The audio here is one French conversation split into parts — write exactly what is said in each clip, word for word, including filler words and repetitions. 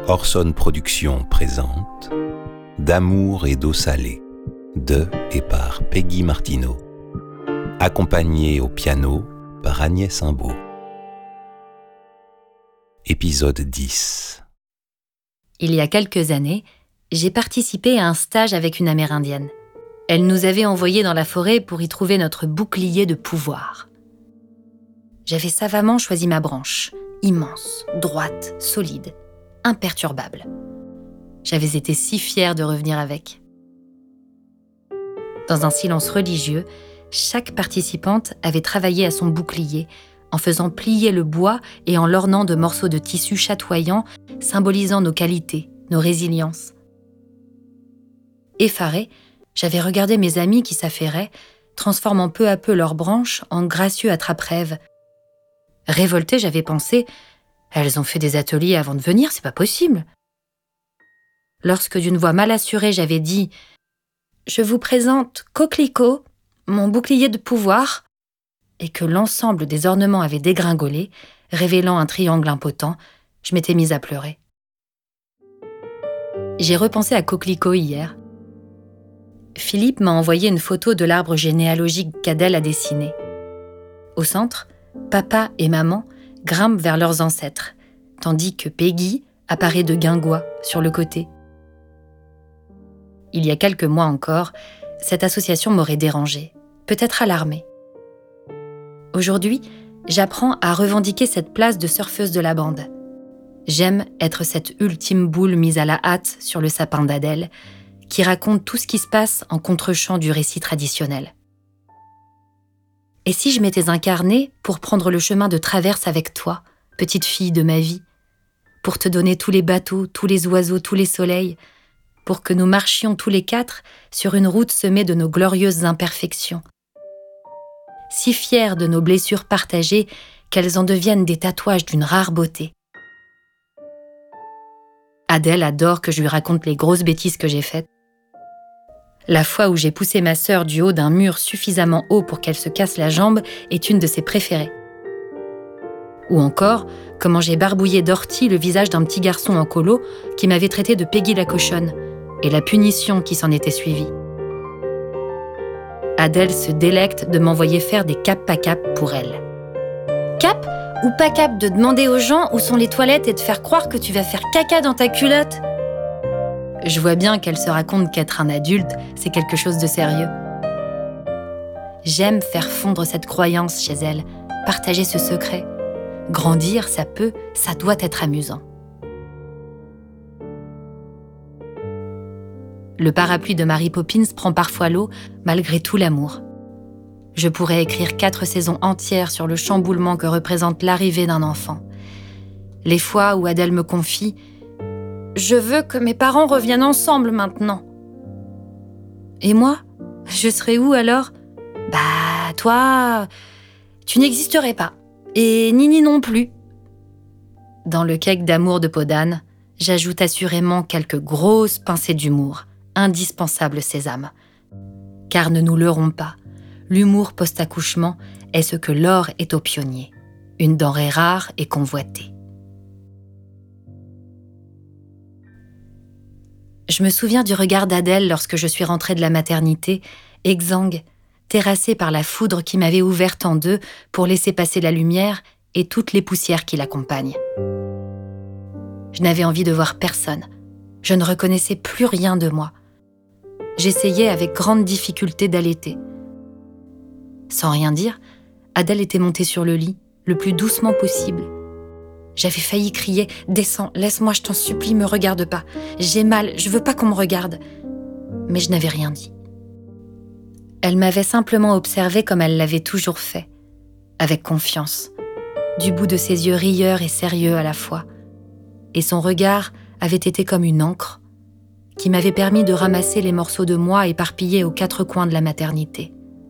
Orson Productions présente D'amour et d'eau salée, de et par Peggy Martineau, accompagnée au piano par Agnès Imbeau. Épisode dix. Il y a quelques années, j'ai participé à un stage avec une Amérindienne. Elle nous avait envoyés dans la forêt pour y trouver notre bouclier de pouvoir. J'avais savamment choisi ma branche, immense, droite, solide, imperturbable. J'avais été si fière de revenir avec. Dans un silence religieux, chaque participante avait travaillé à son bouclier, en faisant plier le bois et en l'ornant de morceaux de tissu chatoyants, symbolisant nos qualités, nos résiliences. Effarée, j'avais regardé mes amis qui s'affairaient, transformant peu à peu leurs branches en gracieux attrape-rêves. Révoltée, j'avais pensé « Elles ont fait des ateliers avant de venir, c'est pas possible !» Lorsque d'une voix mal assurée, j'avais dit « Je vous présente Coquelicot, mon bouclier de pouvoir », et que l'ensemble des ornements avait dégringolé, révélant un triangle impotent, je m'étais mise à pleurer. J'ai repensé à Coquelicot hier. Philippe m'a envoyé une photo de l'arbre généalogique qu'Adèle a dessiné. Au centre, papa et maman grimpent vers leurs ancêtres, tandis que Peggy apparaît de guingois sur le côté. Il y a quelques mois encore, cette association m'aurait dérangée, peut-être alarmée. Aujourd'hui, j'apprends à revendiquer cette place de surfeuse de la bande. J'aime être cette ultime boule mise à la hâte sur le sapin d'Adèle, qui raconte tout ce qui se passe en contre-champ du récit traditionnel. Et si je m'étais incarnée pour prendre le chemin de traverse avec toi, petite fille de ma vie, pour te donner tous les bateaux, tous les oiseaux, tous les soleils, pour que nous marchions tous les quatre sur une route semée de nos glorieuses imperfections. Si fière de nos blessures partagées qu'elles en deviennent des tatouages d'une rare beauté. Adèle adore que je lui raconte les grosses bêtises que j'ai faites. La fois où j'ai poussé ma sœur du haut d'un mur suffisamment haut pour qu'elle se casse la jambe est une de ses préférées. Ou encore, comment j'ai barbouillé d'ortie le visage d'un petit garçon en colo qui m'avait traité de Peggy la cochonne, et la punition qui s'en était suivie. Adèle se délecte de m'envoyer faire des cap pas cap pour elle. Cap ou pas cap de demander aux gens où sont les toilettes et de faire croire que tu vas faire caca dans ta culotte? Je vois bien qu'elle se raconte qu'être un adulte, c'est quelque chose de sérieux. J'aime faire fondre cette croyance chez elle, partager ce secret. Grandir, ça peut, ça doit être amusant. Le parapluie de Mary Poppins prend parfois l'eau, malgré tout l'amour. Je pourrais écrire quatre saisons entières sur le chamboulement que représente l'arrivée d'un enfant. Les fois où Adèle me confie « Je veux que mes parents reviennent ensemble maintenant ». Et moi, je serais où alors ? Bah, toi, tu n'existerais pas. Et Nini non plus. Dans le cake d'amour de Podane, j'ajoute assurément quelques grosses pincées d'humour, indispensable sésame. Car ne nous leurrons pas, l'humour post-accouchement est ce que l'or est aux pionniers, une denrée rare et convoitée. Je me souviens du regard d'Adèle lorsque je suis rentrée de la maternité, exsangue, terrassée par la foudre qui m'avait ouverte en deux pour laisser passer la lumière et toutes les poussières qui l'accompagnent. Je n'avais envie de voir personne. Je ne reconnaissais plus rien de moi. J'essayais avec grande difficulté d'allaiter. Sans rien dire, Adèle était montée sur le lit, le plus doucement possible. J'avais failli crier « Descends, laisse-moi, je t'en supplie, me regarde pas. J'ai mal, je veux pas qu'on me regarde. » Mais je n'avais rien dit. Elle m'avait simplement observée comme elle l'avait toujours fait, avec confiance, du bout de ses yeux rieurs et sérieux à la fois. Et son regard avait été comme une encre qui m'avait permis de ramasser les morceaux de moi éparpillés aux quatre coins de la maternité.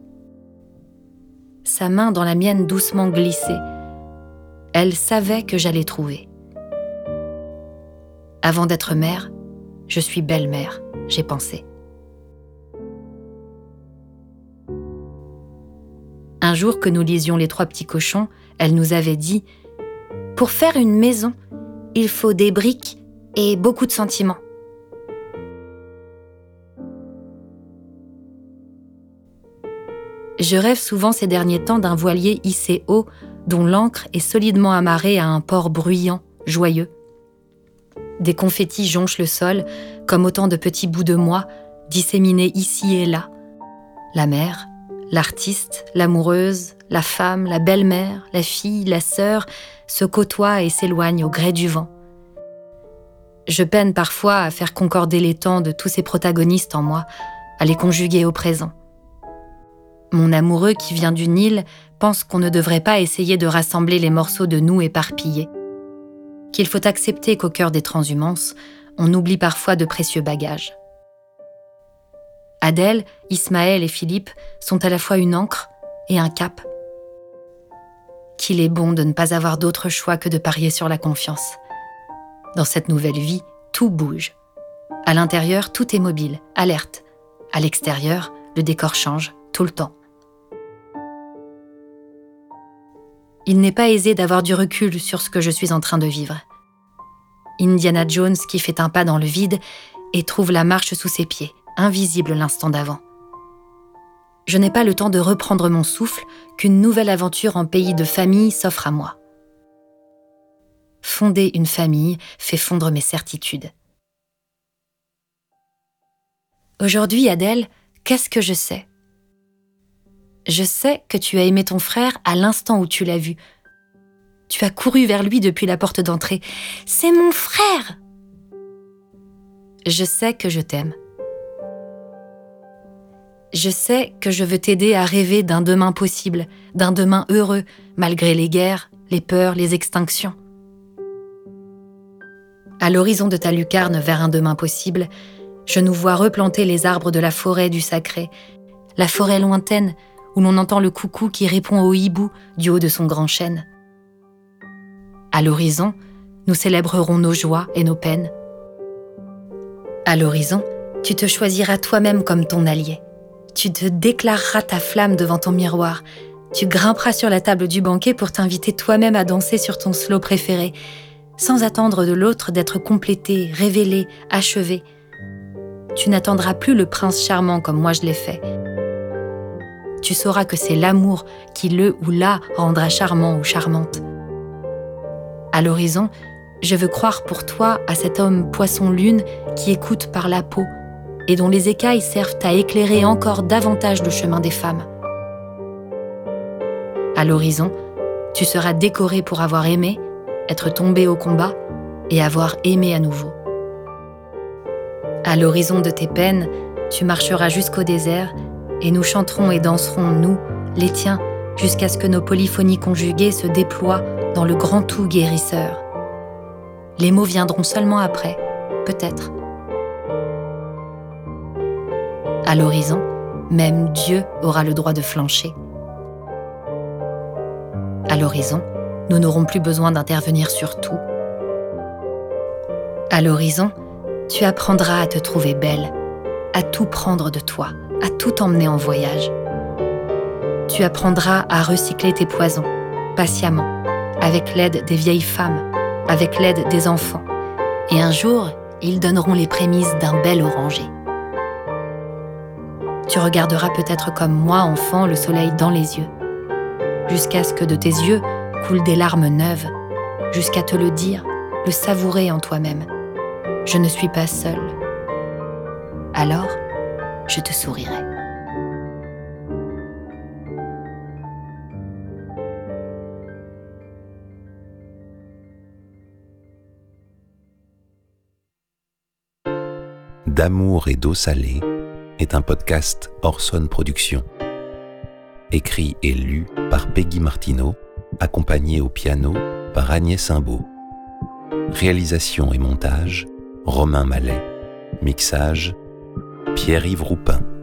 Sa main dans la mienne doucement glissée. Elle savait que j'allais trouver. Avant d'être mère, je suis belle-mère, j'ai pensé. Un jour que nous lisions Les Trois Petits Cochons, elle nous avait dit « Pour faire une maison, il faut des briques, et beaucoup de sentiments. Je rêve souvent ces derniers temps d'un voilier hissé haut dont l'ancre est solidement amarrée à un port bruyant, joyeux. Des confettis jonchent le sol comme autant de petits bouts de moi disséminés ici et là. La mère, l'artiste, l'amoureuse, la femme, la belle-mère, la fille, la sœur se côtoient et s'éloignent au gré du vent. Je peine parfois à faire concorder les temps de tous ces protagonistes en moi, à les conjuguer au présent. Mon amoureux qui vient du Nil pense qu'on ne devrait pas essayer de rassembler les morceaux de nous éparpillés, qu'il faut accepter qu'au cœur des transhumances, on oublie parfois de précieux bagages. Adèle, Ismaël et Philippe sont à la fois une ancre et un cap. Qu'il est bon de ne pas avoir d'autre choix que de parier sur la confiance. Dans cette nouvelle vie, tout bouge. À l'intérieur, tout est mobile, alerte. À l'extérieur, le décor change tout le temps. Il n'est pas aisé d'avoir du recul sur ce que je suis en train de vivre. Indiana Jones qui fait un pas dans le vide et trouve la marche sous ses pieds, invisible l'instant d'avant. Je n'ai pas le temps de reprendre mon souffle qu'une nouvelle aventure en pays de famille s'offre à moi. Fonder une famille fait fondre mes certitudes. Aujourd'hui, Adèle, qu'est-ce que je sais ? Je sais que tu as aimé ton frère à l'instant où tu l'as vu. Tu as couru vers lui depuis la porte d'entrée. « C'est mon frère !» Je sais que je t'aime. Je sais que je veux t'aider à rêver d'un demain possible, d'un demain heureux, malgré les guerres, les peurs, les extinctions. À l'horizon de ta lucarne vers un demain possible, je nous vois replanter les arbres de la forêt du sacré, la forêt lointaine où l'on entend le coucou qui répond au hibou du haut de son grand chêne. À l'horizon, nous célébrerons nos joies et nos peines. À l'horizon, tu te choisiras toi-même comme ton allié. Tu te déclareras ta flamme devant ton miroir. Tu grimperas sur la table du banquet pour t'inviter toi-même à danser sur ton slow préféré, sans attendre de l'autre d'être complété, révélé, achevé. Tu n'attendras plus le prince charmant comme moi je l'ai fait. Tu sauras que c'est l'amour qui le ou la rendra charmant ou charmante. À l'horizon, je veux croire pour toi à cet homme poisson-lune qui écoute par la peau et dont les écailles servent à éclairer encore davantage le chemin des femmes. À l'horizon, tu seras décoré pour avoir aimé, être tombé au combat et avoir aimé à nouveau. À l'horizon de tes peines, tu marcheras jusqu'au désert et nous chanterons et danserons, nous, les tiens, jusqu'à ce que nos polyphonies conjuguées se déploient dans le grand tout guérisseur. Les mots viendront seulement après, peut-être. À l'horizon, même Dieu aura le droit de flancher. À l'horizon, nous n'aurons plus besoin d'intervenir sur tout. À l'horizon, tu apprendras à te trouver belle, à tout prendre de toi, à tout emmener en voyage. Tu apprendras à recycler tes poisons, patiemment, avec l'aide des vieilles femmes, avec l'aide des enfants. Et un jour, ils donneront les prémices d'un bel oranger. Tu regarderas peut-être comme moi, enfant, le soleil dans les yeux, jusqu'à ce que de tes yeux coulent des larmes neuves, jusqu'à te le dire, le savourer en toi-même. Je ne suis pas seule. Alors, je te sourirai. D'amour et d'eau salée est un podcast Orson Productions. Écrit et lu par Peggy Martino, accompagné au piano par Agnès Simbaud. Réalisation et montage, Romain Mallet. Mixage, Pierre-Yves Roupin.